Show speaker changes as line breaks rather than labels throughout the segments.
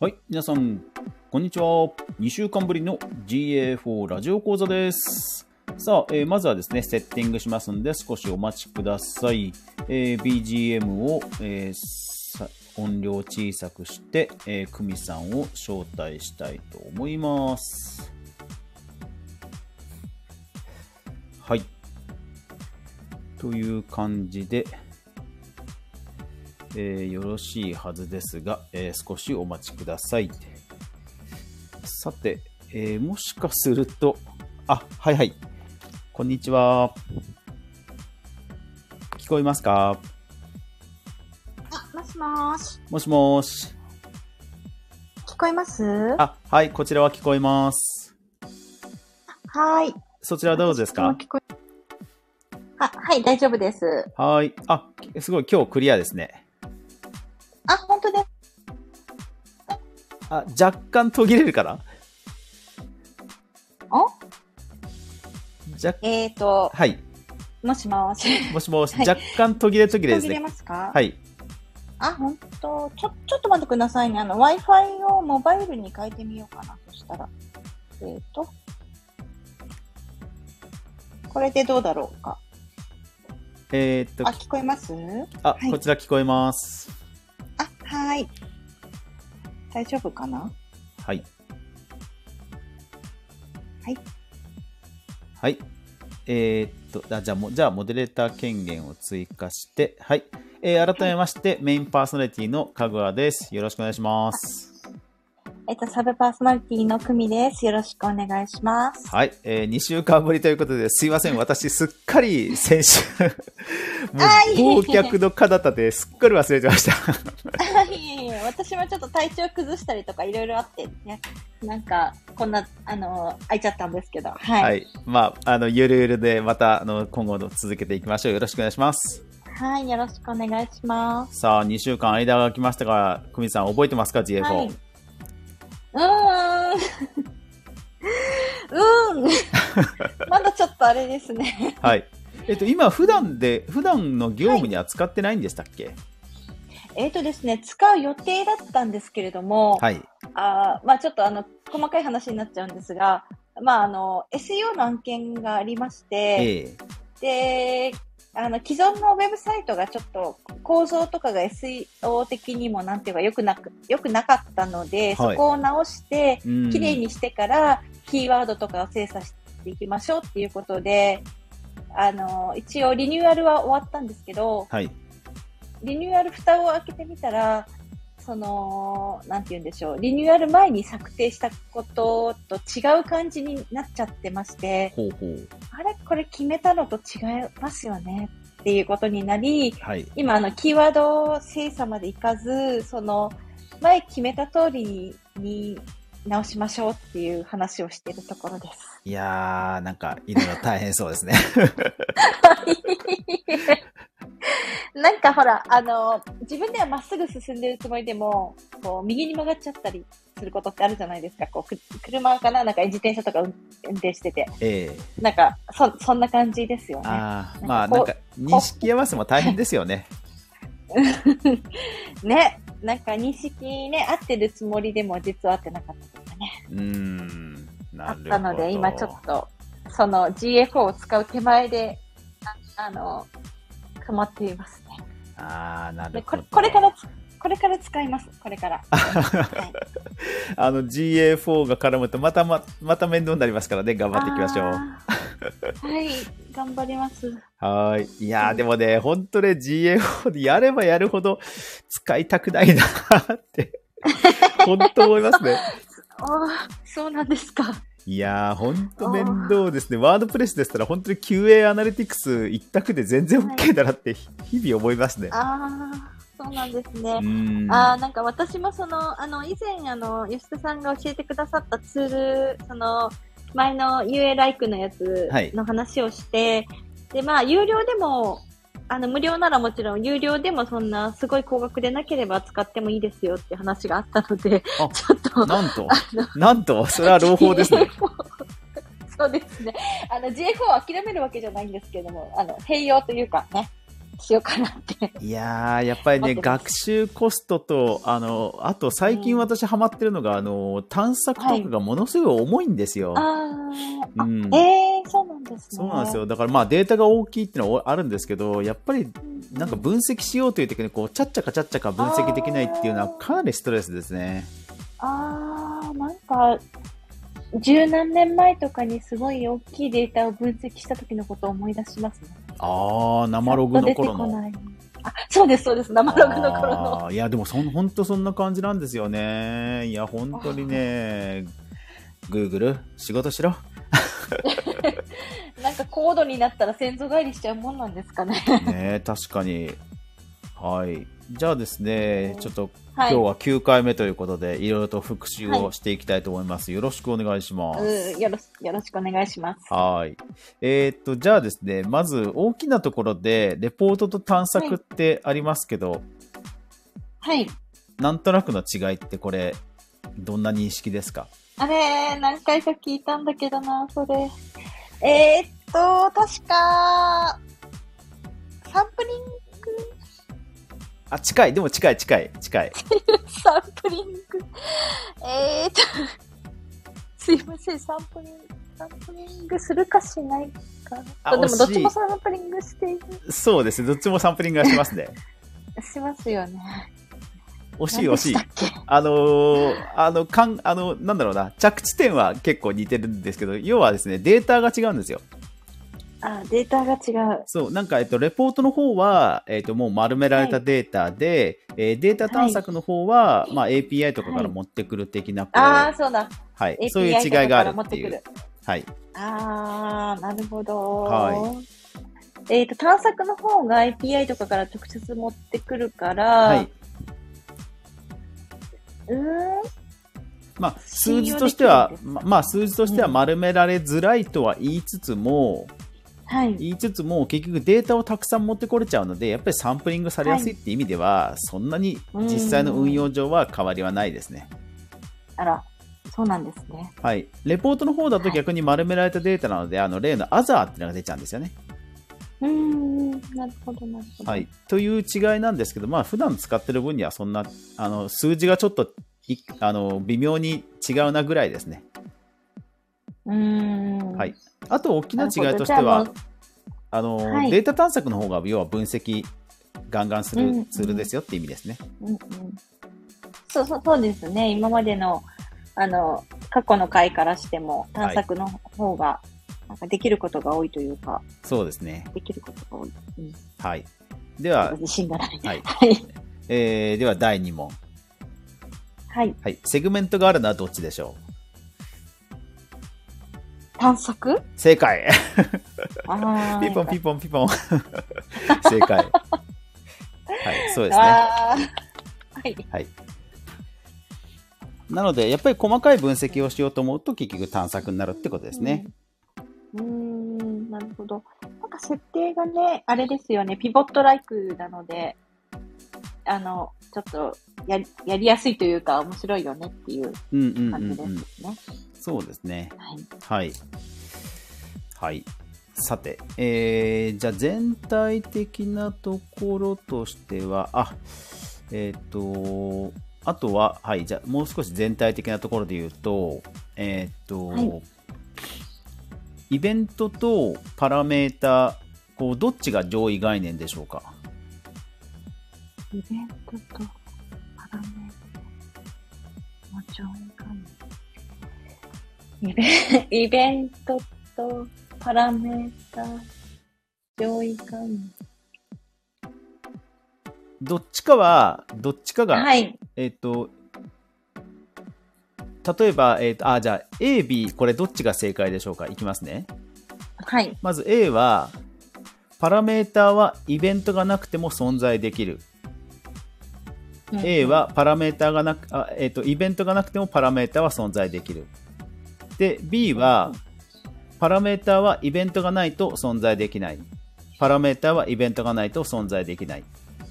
はい、皆さん、こんにちは。2週間ぶりの GA4 ラジオ講座です。さあ、まずはですね、セッティングしますので、少しお待ちください。BGM を、音量小さくして、久美さんを招待したいと思います。はい。という感じで、よろしいはずですが、少しお待ちください。さて、もしかすると、はいはい。こんにちは。聞こえますか？
もしもーし。
もしもーし。
聞こえます？
はい、こちらは聞こえます。
はい。
そちらはどうですか？
はい、大丈夫です。
はい。すごい、今日クリアですね。
本当です。
若干途切れるかな？はい。
もしもーし。
もしもし、はい、若干途切れですね。
途切れますか？
はい。
本当。ちょっと待ってくださいね。Wi-Fi をモバイルに変えてみようかな。そしたら。これでどうだろうか。聞こえます？
はい、こちら聞こえます。
はい。大丈夫かな？
はい。
はい。
はい。じゃあ、モデレーター権限を追加して、はい。改めまして、メインパーソナリティのかぐわです。よろしくお願いします。
サブパーソナリティのくみです。よろしくお願いします。
はい。2週間ぶりということで、すいません。私、すっかり先週、もう、忘却の彼方ですっかり忘れてました。
私もちょっと体調崩したりとかいろいろあってね。なんか、こんな、空いちゃったんですけど。はい。
はい。ゆるゆるで、また、今後続けていきましょう。よろしくお願いします。
はい。よろしくお願いします。
さあ、2週間間が空きましたが、くみさん覚えてますか ?GA4。はい、
まだちょっとあれですね。
はい。今、普段の業務には使ってないんでしたっけ？
ですね、使う予定だったんですけれども、
はい。
ちょっと細かい話になっちゃうんですが、SEO の案件がありまして、で、既存のウェブサイトがちょっと構造とかが SEO 的にもなんていうか良くなかったので、はい、そこを直して、きれいにしてから、キーワードとかを精査していきましょうっていうことで、一応リニューアルは終わったんですけど、
はい、
リニューアル蓋を開けてみたら、なんて言うんでしょう、リニューアル前に策定したことと違う感じになっちゃってまして、これ決めたのと違いますよねっていうことになり、はい、今キーワード精査までいかず、前決めた通りに直しましょうっていう話をしているところです。
いやー、なんかいろいろ大変そうですね。
なんかほら、自分ではまっすぐ進んでるつもりでも、こう、右に曲がっちゃったりすることってあるじゃないですか。こう、車かななんか自転車とか運転してて。なんか、そんな感じですよね。
なんか、認識合わせも大変ですよね。
ね。なんか認識ね、合ってるつもりでも実は合ってなかったとかね。
なるほど。
あったので、今ちょっと、GA4 を使う手前で、困っていますね。
なるほど。
これから使います。これから。はい、
GA4 が絡むとまた面倒になりますからね。頑張っていきましょう。
はい、頑張ります。
はい。いやー、でもね、本当ね、GA4 でやればやるほど使いたくないなって、本当思いますね。
そうなんですか。
いやー、ほんと面倒ですね。ワードプレスでしたら本当に QA アナリティクス一択で全然 OK だなって日々思いますね。
そうなんですね。なんか私も以前吉田さんが教えてくださったツール、前の UA ライクのやつの話をして、で、有料でも、無料ならもちろん、有料でもそんなすごい高額でなければ使ってもいいですよって話があったので、ちょっと。
なんと、それは朗報ですね。
そうですね。GA4 を諦めるわけじゃないんですけれども、併用というかね。 しようかなって。
いやー、やっぱりね、学習コストと、あと最近私ハマってるのが、探索とかがものすごい重いんですよ。
そうなんですね。
そうなんですよ。だからまあデータが大きいっていうのはあるんですけど、やっぱりなんか分析しようという時にこう、ちゃっちゃか分析できないっていうのはかなりストレスですね。
なんか、十何年前とかにすごい大きいデータを分析した時のことを思い出しますね。
生ログの頃の。
そうです、そうです。生ログの頃の。
いや、でも本当そんな感じなんですよね。いや、本当にね、Google、仕事しろ。
なんか高度になったら先祖返りしちゃうもんなんですかね。
ね、確かに。はい。じゃあですね、ちょっと今日は9回目ということで、いろいろと復習をしていきたいと思います。よろしくお願いします。
よろしくお願いします。
はい。じゃあですね、まず大きなところで、レポートと探索ってありますけど、
はい。
なんとなくの違いってこれ、どんな認識ですか？
何回か聞いたんだけどな、それ。確か、サンプリング
近い。でも近い。
サンプリング。すいません、サンプリングするかしないか。でもどっちもサンプリングしている。
そうですね、どっちもサンプリングはしますね。
しますよね。
惜しい。なんだろうな、着地点は結構似てるんですけど、要はですね、データが違うんですよ。
データが違う。
そう、なんか、レポートの方は、もう丸められたデータで、データ探索の方は、まあ、API とかから持ってくる的な、
そうだ。
はい。そういう違いがあるっていう。はい。
なるほど。
はい。
探索の方が API とかから直接持ってくるから、はい。
まあ、数字としては丸められづらいとは言いつつも、結局データをたくさん持ってこれちゃうので、やっぱりサンプリングされやすいって意味では、そんなに実際の運用上は変わりはないですね。
そうなんですね。
はい。レポートの方だと逆に丸められたデータなので、例の Other っていうのが出ちゃうんですよね。
なるほど。
はい。という違いなんですけど、まあ、普段使ってる分にはそんな、数字がちょっと、微妙に違うなぐらいですね。はい。あと、大きな違いとしては、データ探索の方が、要は分析、ガンガンするツールですよって意味ですね。
そうですね。今までの、過去の回からしても、探索の方が、なんかできることが多いというか。
そうですね。
できることが多い。
はい。では、
自信がない。
はい。では、第2問。
はい。
はい。セグメントがあるのはどっちでしょう？
探索？
正解。ピポン。正解。はい、そうですね。はい。なので、やっぱり細かい分析をしようと思うと、結局探索になるってことですね。
なるほど。なんか設定がね、あれですよね、ピボットライクなので、ちょっとやりやすいというか、面白いよねっていう感じですね。
そうですね。はい。さて、じゃあ全体的なところとしては、あとは、はい、じゃあもう少し全体的なところで言うと、イベントとパラメータ、どっちが上位概念でしょうか？
イベントとパラメータの上位概念。イベントとパラメータ上位概念。
どっちかが、例えば、じゃあ A、B、これどっちが正解でしょうか？いきますね。
はい。
まず A は、パラメータはイベントがなくても存在できる。A はパラメータがなく、イベントがなくてもパラメータは存在できる。で、B は、パラメータはイベントがないと存在できない。パラメータはイベントがないと存在できない。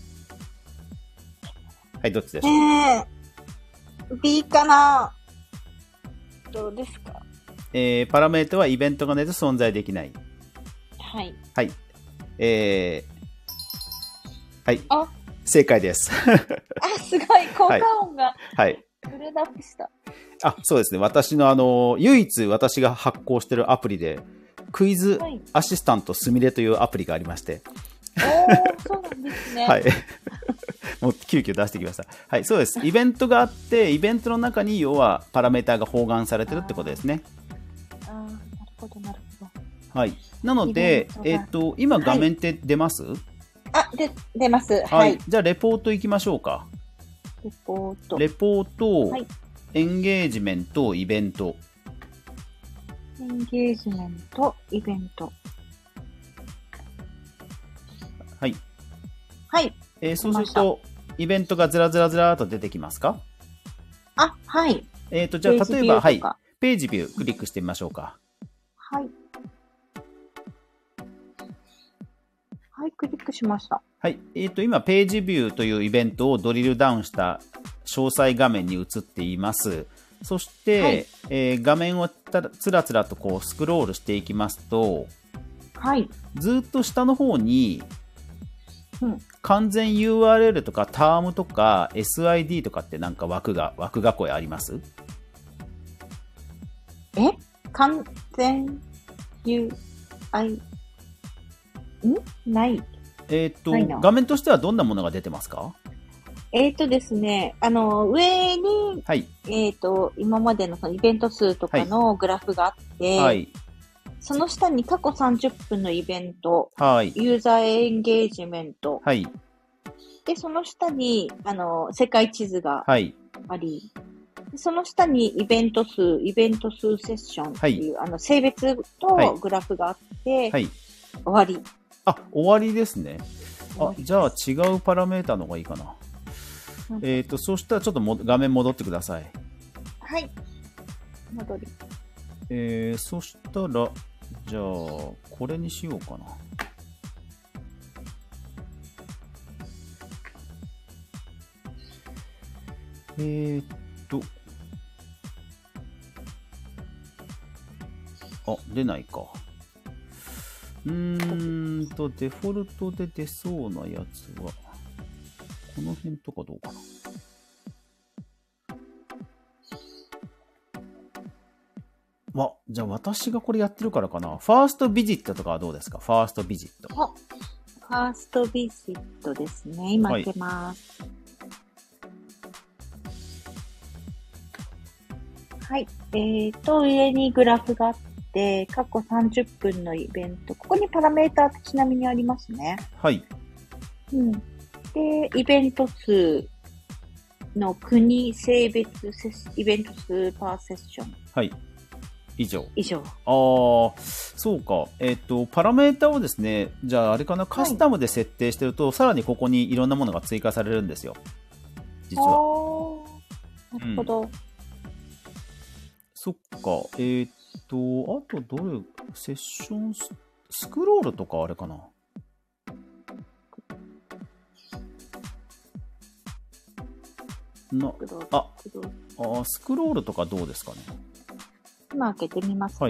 はい、どっちでしょ
う？ B かな？どうですか？
パラメータはイベントがないと存在できない。
はい。
はい。 はい。正解です。
すごい、効果音が。
はい。
ブルーアップした。
そうですね。私の唯一私が発行しているアプリで、クイズアシスタントすみれというアプリがありまして。
そうなんですね。
はい。もう急遽出してきました。はい、そうです。イベントがあって、イベントの中に要はパラメーターが包含されてるってことですね。
なるほど、なるほど。
はい。なので、今画面って出ます？
出ます。
はい。じゃあ、レポートいきましょうか。
レポ
ート、エンゲージメント、イベント。
エンゲージメント、イベント。
はい。
はい。
そうすると、イベントがずらずらずらーと出てきますか？
はい。
じゃあ、例えば、はい。ページビュー、クリックしてみましょうか。
はい。はい、クリックしました。
はい。今、ページビューというイベントをドリルダウンした詳細画面に移っています。そして、画面をつらつらとこうスクロールしていきますと、
はい。
ずっと下の方に、完全 URL とかタームとか SID とかってなんか枠囲いあります？
完全 UI ない。
画面としてはどんなものが出てますか？
ですね、上に、
はい。
今までのそのイベント数とかのグラフがあって、はい、その下に過去30分のイベント、はい、ユーザーエンゲージメント、はい、で、その下に、世界地図があり、はい、その下にイベント数セッションっていう、はい、性別とグラフがあって、はい、終わり。
終わりですね。じゃあ違うパラメータの方がいいかな。そしたらちょっと画面戻ってください。
はい。戻り。
そしたら、じゃあ、これにしようかな。出ないか。デフォルトで出そうなやつは、この辺とかどうかな。じゃあ私がこれやってるからかな。ファーストビジットとかはどうですか？ファーストビジット。
ファーストビジットですね。今開けます。はい。上にグラフがあって、過去30分のイベント。ここにパラメーターちなみにありますね。
はい。
で、イベント数の国、性別、イベント数パーセッション。
はい。以上。そうか。パラメータをですね、じゃああれかな、カスタムで設定してると、さらにここにいろんなものが追加されるんですよ。実は。
なるほど。
そっか。あとセッションスクロールとかあれかな。スクロールとかどうですかね。
今開けてみますね。はい、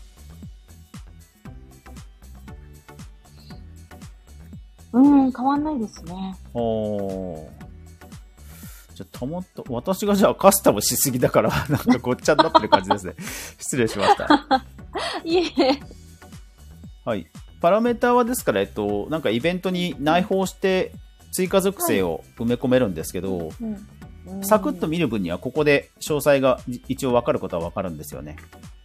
変わんないですね。
じゃあ私がじゃあカスタムしすぎだからなんかごっちゃになってる感じですね。失礼しました。
いえ。
はい。パラメータはですから、なんかイベントに内包して追加属性を埋め込めるんですけど、サクッと見る分にはここで詳細が一応分かることは分かるんですよね。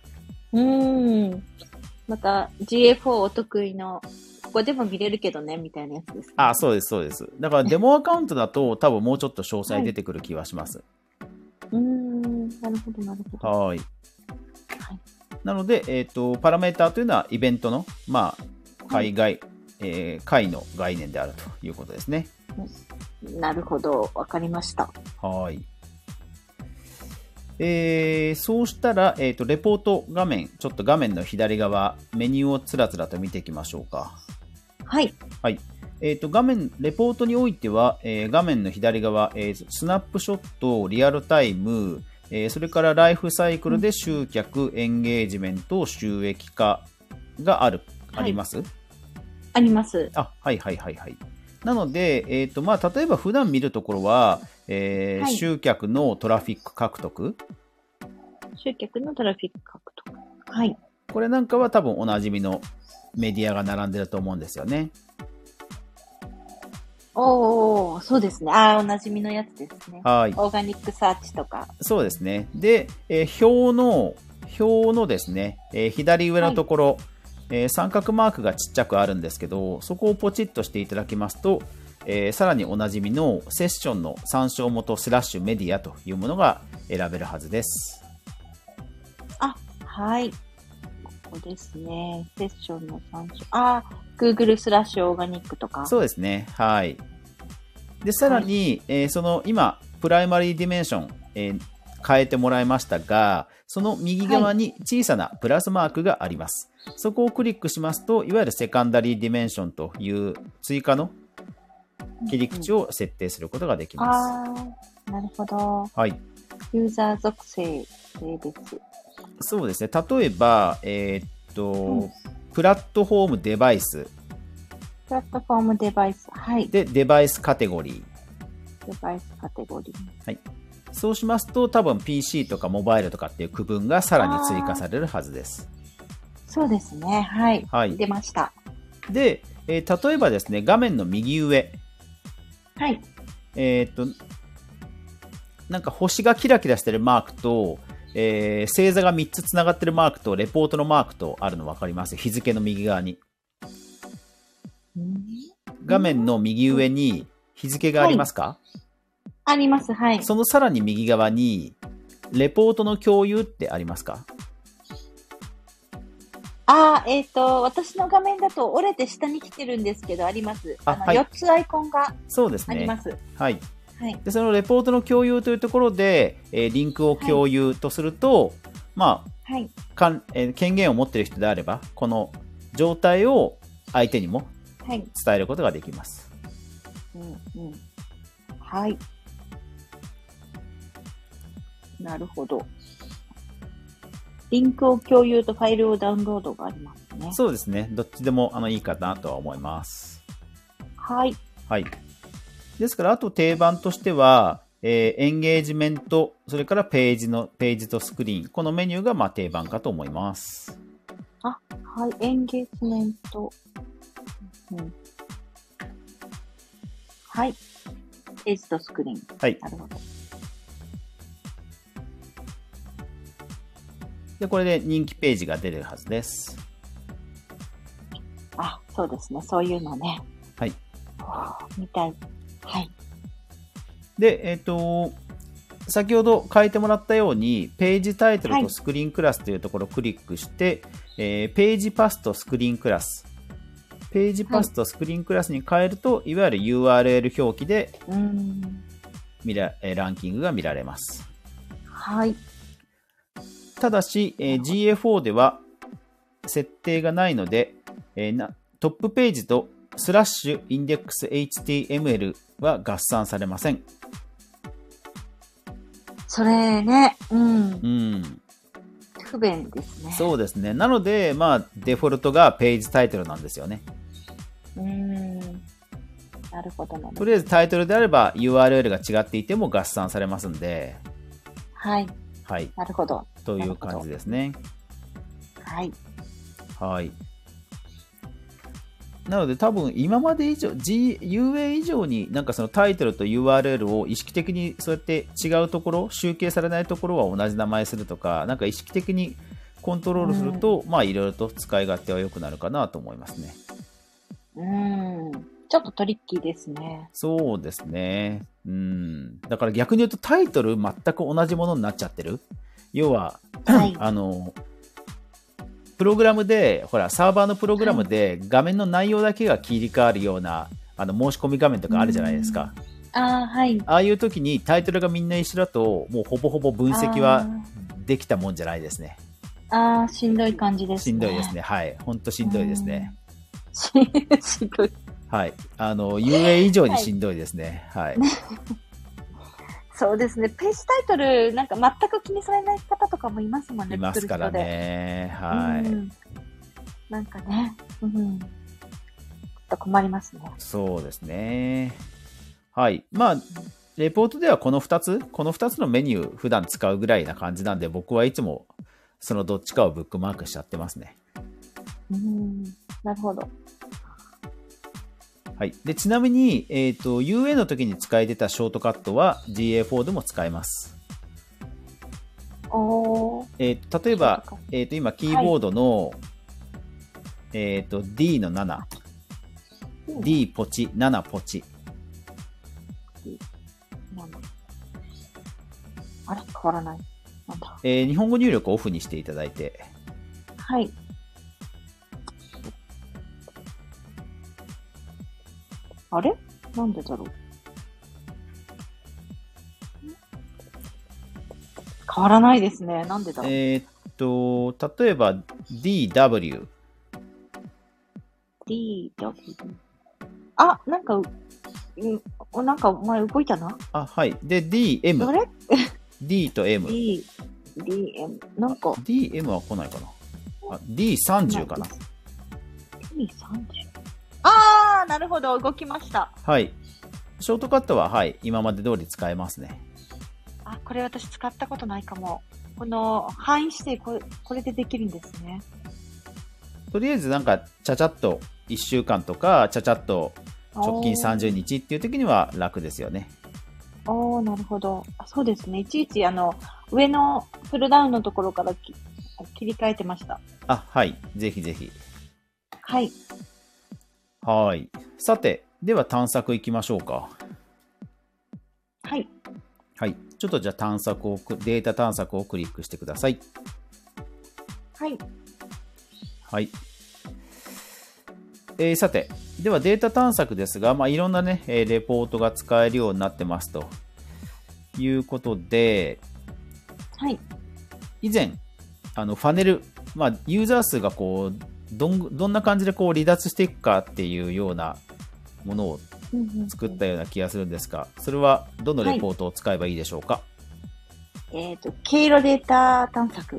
また GA4 お得意のここでも見れるけどねみたいなやつです、ね。
そうですそうです。だからデモアカウントだと多分もうちょっと詳細出てくる気はします。
なるほどなるほど。
はい。なのでパラメータというのはイベントの海外、解の概念であるということですね。
なるほど、わかりました。
はい。そうしたら、レポート画面、ちょっと画面の左側、メニューをつらつらと見ていきましょうか。
はい。
はい。画面、レポートにおいては、画面の左側、スナップショット、リアルタイム、それからライフサイクルで集客、エンゲージメント、収益化があります？
あります。
はいはいはいはい。 なので、まあ、例えば普段見るところは、集客のトラフィック獲得。
集客のトラフィック獲得。はい。
これなんかは多分おなじみのメディアが並んでると思うんですよね。
おー、そうですね。おなじみのやつですね。
はい。
オーガニックサーチとか。
そうですね。で、表のですね、左上のところ、三角マークがちっちゃくあるんですけど、そこをポチッとしていただきますと、さらにおなじみのセッションの参照元/メディアというものが選べるはずです。
はい。ここですね。セッションの参照。Google/ オーガニックとか。
そうですね。はい。で、さらに、その今、プライマリーディメンション、変えてもらいましたが、その右側に小さなプラスマークがあります。そこをクリックしますと、いわゆるセカンダリーディメンションという追加の切り口を設定することができます。
なるほど。
はい。
ユーザー属性、性別。
そうですね。例えば、プラットフォームデバイス。
プラットフォームデバイス。はい。
で、デバイスカテゴリー。
デバイスカテゴリー。
はい。そうしますと、多分 PC とかモバイルとかっていう区分がさらに追加されるはずです。
そうですね。はい。はい。出ました。
で、例えばですね、画面の右上。
はい。
なんか星がキラキラしてるマークと、星座が3つつながってるマークと、レポートのマークとあるの分かります？日付の右側に。画面の右上に日付がありますか？はい、
あります。はい。
そのさらに右側に、レポートの共有ってありますか？
私の画面だと折れて下に来てるんですけど、あります。はい、4つアイコンがあります。
そうですね。はい。
はい、
でそのレポートの共有というところで、リンクを共有とすると、まあ、はい、権限を持っている人であれば、この状態を相手にも伝えることができます。
はい。なるほど。リンクを共有とファイルをダウンロードがありますね。
そうですね。どっちでもいいかなとは思います。
はい。
はい。ですから、あと定番としては、エンゲージメント、それからページとスクリーン、このメニューがまあ定番かと思います。
はい。エンゲージメント。はい。ページとスクリーン。
はい。
なるほど。
で、これで人気ページが出るはずです。
そうですね。そういうのね。
はい。
みたい。はい。
で、先ほど書いてもらったように、ページタイトルとスクリーンクラスというところをクリックして、ページパスとスクリーンクラス。ページパスとスクリーンクラスに変えると、いわゆる URL 表記でランキングが見られます。
はい。
ただし、GA4 では設定がないので、トップページと/indexhtml は合算されません。
それね、不便ですね。
そうですね。なので、まあ、デフォルトがページタイトルなんですよね。
なるほどな。
とりあえずタイトルであれば URL が違っていても合算されますんで。
はい。
はい。
なるほど。
という感じですね。
はい。
はい。なので多分今まで以上、UA 以上になんかそのタイトルと URL を意識的にそうやって違うところ、集計されないところは同じ名前するとか、なんか意識的にコントロールすると、まあいろいろと使い勝手は良くなるかなと思いますね。
ちょっとトリッキーですね。
そうですね。だから逆に言うとタイトル全く同じものになっちゃってる。要は、はい、プログラムで、ほら、サーバーのプログラムで画面の内容だけが切り替わるような、申し込み画面とかあるじゃないですか。
はい。
ああいう時にタイトルがみんな一緒だと、もうほぼほぼ分析はできたもんじゃないですね。
しんどい感じですね。
しんどいですね。はい。ほんとしんどいですね。
しんどい。
はい。UA 以上にしんどいですね。はい。
そうですね。ページタイトル、なんか全く気にされない方とかもいますもんね。
いますからね。はい。
なんかね。 と困りますね。
そうですね。はい。まあ、レポートではこの2つのメニュー普段使うぐらいな感じなんで、僕はいつもそのどっちかをブックマークしちゃってますね。
なるほど。
はい。で、ちなみに、UA の時に使えてたショートカットは GA4 でも使えます。例えば、今、キーボードの、D の7、D ポチ、7ポチ。
あれ変わらない。なんだ。
日本語入力をオフにしていただいて。
はい。あれなんでだろう。変わらないですね。なんでだろう。
例えば DW。
あ、なんか前動いたな。
あ、はい。で、DM。
あれ
D と M。
DM。なんか。
DM は来ないかな。あ、D30 かな。
D30。あー、なるほど。動きました。
はい。ショートカットは、はい。今まで通り使えますね。
あ、これ私使ったことないかも。この範囲指定これでできるんですね。
とりあえずなんか、ちゃちゃっと1週間とか、ちゃちゃっと直近30日っていう時には楽ですよね。
なるほど。そうですね。いちいち上のプルダウンのところから切り替えてました。
はい。ぜひぜひ。
はい。
はい。さて、では探索いきましょうか。
はい。
はい。ちょっとじゃあデータ探索をクリックしてください。
はい。
はい。さて、ではデータ探索ですが、いろんなね、レポートが使えるようになってますということで、
はい。
以前、ファネル、ユーザー数がこう、どんな感じでこう離脱していくかっていうようなものを作ったような気がするんですが、それはどのレポートを使えばいいでしょうか？
経路データ探索。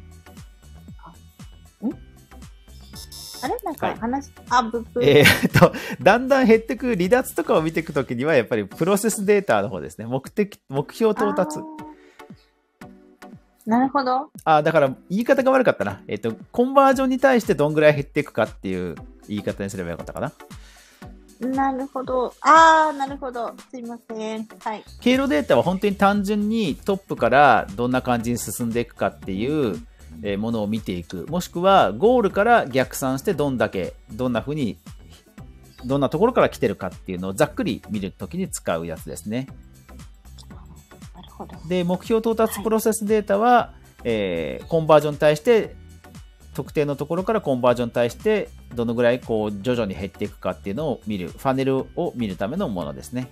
あれなんか話、
だんだん減ってく離脱とかを見ていくときには、やっぱりプロセスデータの方ですね。目標到達。
なるほど。
だから言い方が悪かったな。コンバージョンに対してどんぐらい減っていくかっていう言い方にすればよかったかな。
なるほど。なるほど。すいません。はい。
経路データは本当に単純にトップからどんな感じに進んでいくかっていうものを見ていく。もしくはゴールから逆算してどんな風に、どんなところから来てるかっていうのをざっくり見るときに使うやつですね。
なるほど。
で、目標到達プロセスデータは、コンバージョンに対して、特定のところからコンバージョンに対してどのぐらいこう徐々に減っていくかっていうのを見る、ファネルを見るためのものですね。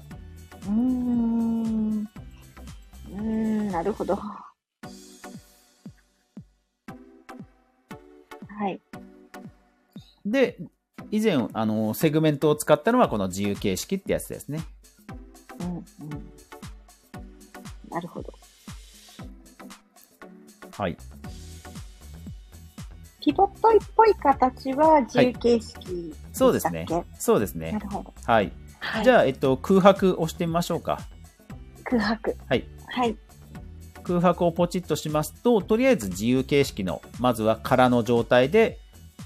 なるほど。はい。
で、以前セグメントを使ったのはこの自由形式ってやつですね。
なるほど。
はい。
ピボットっぽい形は自由形式でしたっけ？
そうですね。そうですね。
なるほど。
はい。じゃあ、空白押してみましょうか。
空白。
はい。
はい。
空白をポチッとしますと、とりあえず自由形式の、まずは空の状態で、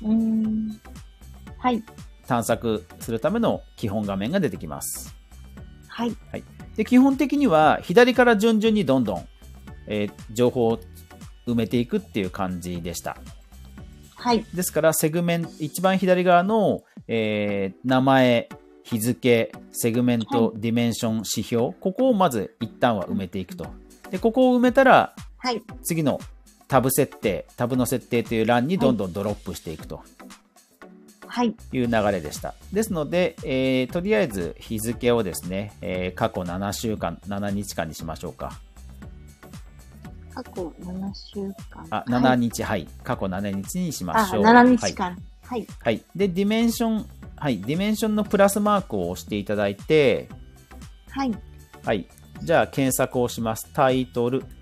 はい。
探索するための基本画面が出てきます。
はい。
はい。で、基本的には左から順々にどんどん、情報を埋めていくっていう感じでした。
はい。
ですから、セグメント、一番左側の、名前、日付、セグメント、ディメンション、指標、ここをまず一旦は埋めていくと。で、ここを埋めたら、次のタブの設定という欄にどんどんドロップしていくと。いう流れでした。ですので、とりあえず日付をですね、過去7日間にしましょうか。
過去7週間。
7日、はい。過去7日にしましょう。
7日間。はい。
はい。で、ディメンションのプラスマークを押していただいて、
はい。
はい。じゃあ、検索をします。タイトル。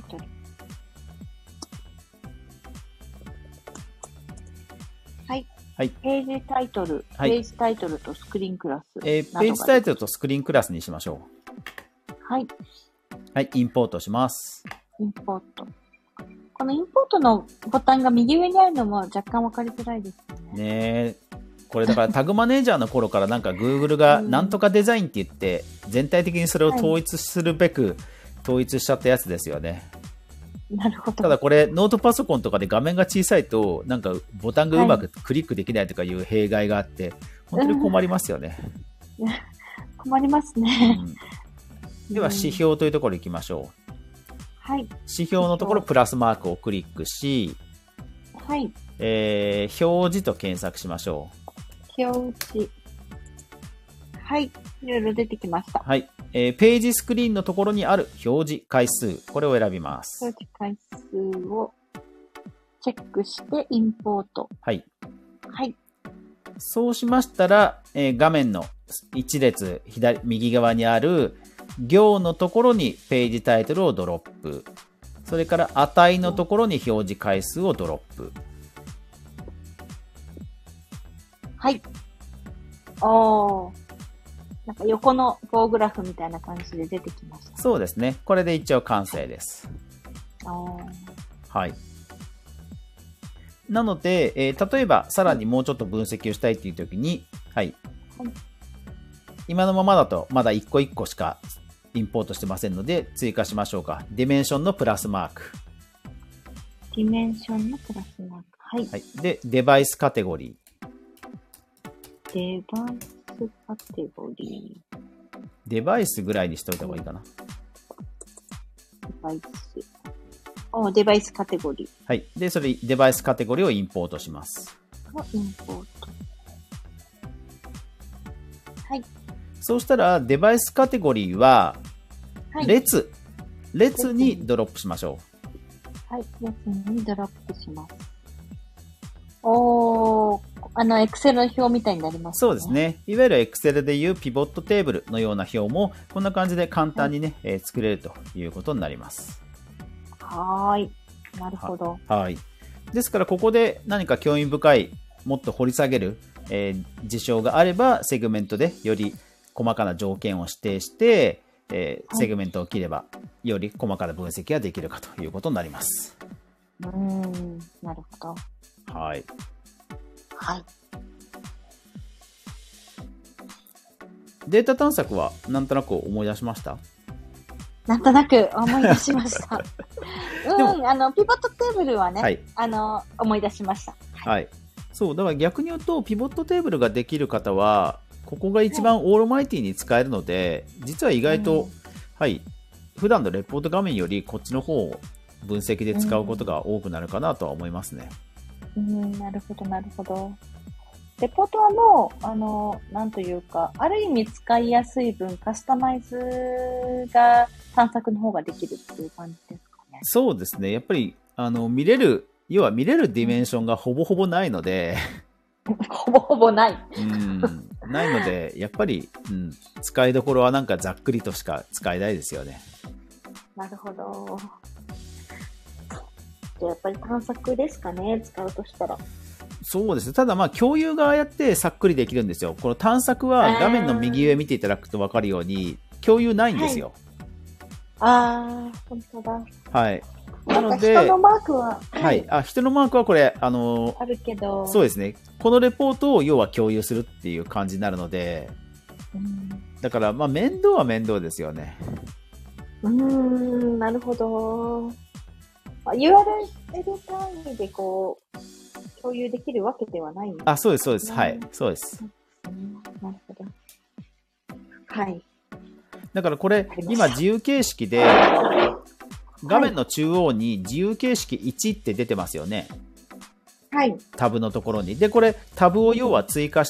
はい。
はい。
ページタイトル、
はい
ページタイトルとスクリーンクラス。
ページタイトルとスクリーンクラスにしましょ
はい。
う。はい、インポートします。
インポート。このインポートのボタンが右上にあるのも若干わかりづらいですね。
ねえ。これだからタグマネージャーの頃からなんか Google がなんとかデザインって言って全体的にそれを統一するべく統一しちゃったやつですよね。
なるほど。
ただこれノートパソコンとかで画面が小さいとなんかボタンがうまくクリックできないとかいう弊害があって本当に困りますよね。
困りますね。
では指標というところに行きましょう。
はい。
指標のところプラスマークをクリックし、
はい。
表示と検索しましょ
う。表示。はい。いろいろ出てきました。
はい。ページスクリーンのところにある表示回数。これを選びます。
表示回数をチェックしてインポート。
はい。
はい。
そうしましたら、画面の一列右側にある行のところにページタイトルをドロップ。それから値のところに表示回数をドロップ。
はい。なんか横の棒グラフみたいな感じで出てきました。
そうですね。これで一応完成です。はい。なので、例えばさらにもうちょっと分析をしたいというときに、はい。今のままだとまだ1個1個しかインポートしてませんので追加しましょうか。ディメンションのプラスマーク。
ディメンションのプラスマーク。はい。
はい、で、デバイスカテゴリ
ー。デバイスカテゴリー。
デバイスぐらいにしといた方がいいかな。
デバイス。デバイスカテゴリー。
はい。で、それ、デバイスカテゴリーをインポートします。
インポート。はい。
そうしたら、デバイスカテゴリーは、列にドロップしましょ
う。はい。列にドロップします。Excel の表みたいになりますね。
そうですね。いわゆる Excel でいうピボットテーブルのような表も、こんな感じで簡単にね、作れるということになります。
はい。なるほど。
はい。ですから、ここで何か興味深い、もっと掘り下げる、事象があれば、セグメントでより細かな条件を指定して、セグメントを切れば、より細かな分析ができるかということになります。
なるほど。
はい。
はい。
データ探索はなんとなく思い出しました？
なんとなく思い出しました。ピボットテーブルはね、はい、思い出しました。
はい。そう、だから逆に言うと、ピボットテーブルができる方は、ここが一番オールマイティに使えるので、実は意外と、はい、普段のレポート画面よりこっちの方を分析で使うことが多くなるかなとは思いますね。
なるほど、なるほど。レポートはもう、なんというか、ある意味使いやすい分、カスタマイズが探索の方ができるっていう感じですかね。
そうですね。やっぱり、要は見れるディメンションがほぼほぼないので。
ほぼほぼない。
ないので、やっぱり、使いどころはなんかざっくりとしか使えないですよね。
なるほど。じゃあやっぱり探索ですかね、使うとしたら。
そうですね。ただ共有がやってさっくりできるんですよ。この探索は画面の右上見ていただくと分かるように、共有ないんですよ。
はい、本当だ。
はい。なので、
人のマークは、
はい。人のマークはこれ、
あるけど。
そうですね。このレポートを要は共有するっていう感じになるので、だから、面倒は面倒ですよね。
なるほど。URL 単位で共有できるわけではないんですね。
そうです、そうです。はい。そうです。
なるほど。はい。
だからこれ、今自由形式で、画面の中央に自由形式1って出てますよね。
はい。
タブのところに。で、これ、タブを要は追加して、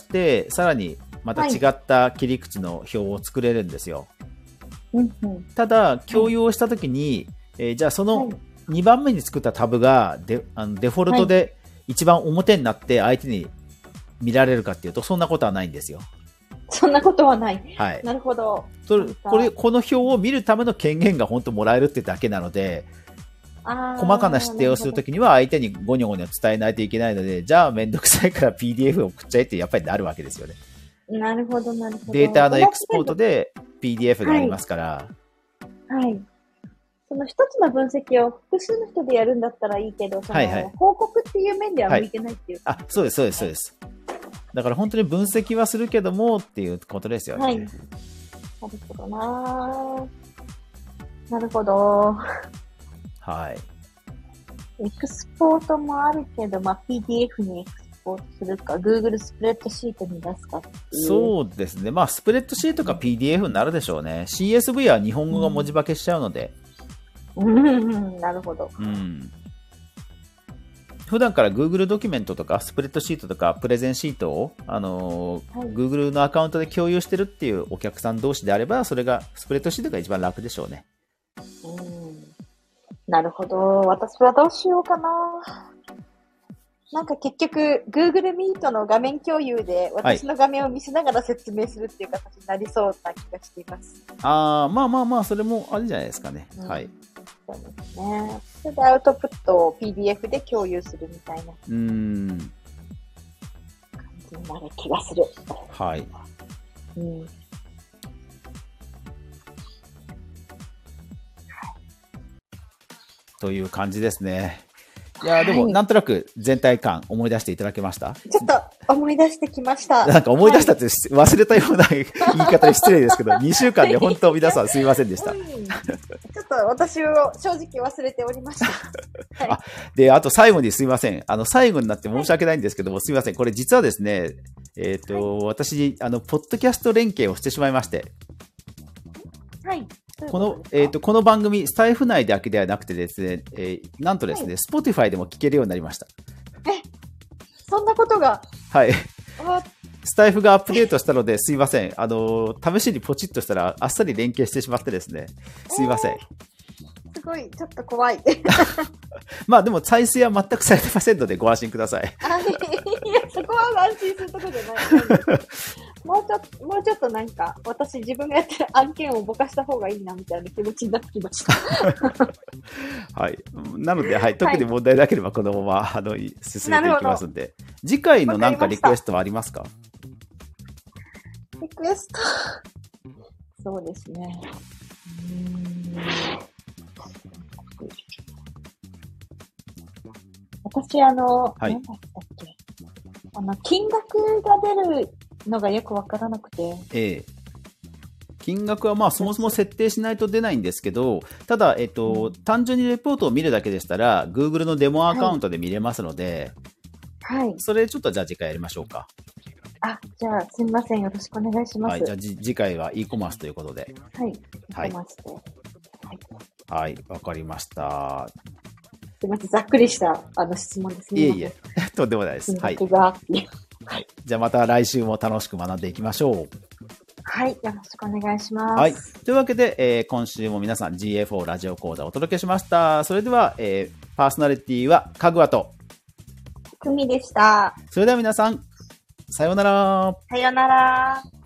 さらにまた違った切り口の表を作れるんですよ。ただ、共有をしたときに、じゃあその2番目に作ったタブがデフォルトで一番表になって相手に見られるかっていうと、そんなことはないんですよ。
そんなことはない。
はい。
なるほど。
この表を見るための権限が本当もらえるってだけなので、 細かな指定をするときには相手にゴニョゴニョ伝えないといけないので、じゃあめんどくさいから PDF を送っちゃえってやっぱりなるわけですよね。
なるほど、なるほど。
データのエクスポートで PDF がありますから。
はい。その一つの分析を複数の人でやるんだったらいいけど、その報告っていう面では向いてないっていう、
はい、そうです、そうです、そうです。だから本当に分析はするけどもっていうことですよね。はい。なる
ほどな。なるほど。
はい。
エクスポートもあるけど、PDF にエクスポートするか、Google スプレッドシートに出すかっていう。
そうですね。スプレッドシートか PDF になるでしょうね。CSV は日本語が文字化けしちゃうので。
なるほど。
普段から Google ドキュメントとかスプレッドシートとかプレゼンシートを、Google のアカウントで共有してるっていうお客さん同士であれば、それがスプレッドシートが一番楽でしょうね。
なるほど。私はどうしようかな。なんか結局 Google Meet の画面共有で私の画面を見せながら説明するっていう形になりそうな気がしています。
それもあるんじゃないですかね。はい。
そうですね。それでアウトプットを PDF で共有するみたいな感じになる気がする。
はい。という感じですね。いや、でもなんとなく全体感思い出していただけました？
ちょっと思い出してきました。
なんか思い出したって忘れたような言い方で失礼ですけど、2週間で本当皆さんすみませんでした。ちょっ
と私を正直忘れておりました。
で、あと最後にすみません。最後になって申し訳ないんですけども、すみません。これ実はですね、私、ポッドキャスト連携をしてしまいまして。
はい。
この番組、スタイフ内だけではなくてですね、なんとですね、Spotify でも聞けるようになりました。
そんなことが。
はい。スタイフがアップデートしたので、すいません。試しにポチッとしたら、あっさり連携してしまってですね、すいません。
すごい、ちょっと怖い。
でも再生は全くされてませんので、ご安心ください。
いや、そこは安心するところじゃない。もうちょっとなんか、私自分がやってる案件をぼかした方がいいなみたいな気持ちになってきました。
はい。なので、特に問題なければこのまま、進めていきますんで。次回のなんかリクエストはありますか？
リクエスト。そうですね。私、なんだったっけ。金額が出るのがよくわからなくて。
金額はそもそも設定しないと出ないんですけど、ただ、単純にレポートを見るだけでしたら、Google のデモアカウントで見れますので、
はい。
それちょっとじゃあ次回やりましょうか。
じゃあすみません。よろしくお願いします。はい。
じゃあ次回は e コマースということで。
はい。e コマースで。
はい。わかりました。
すみません。ざっくりした質問ですね。
いえ。とんでもないです。はい。じゃあまた来週も楽しく学んでいきましょう。
はい。よろしくお願いします。
はい。というわけで、今週も皆さん GA4 ラジオ講座をお届けしました。それでは、パーソナリティはかぐわと
くみでした。
それでは皆さん、さようなら。
さようなら。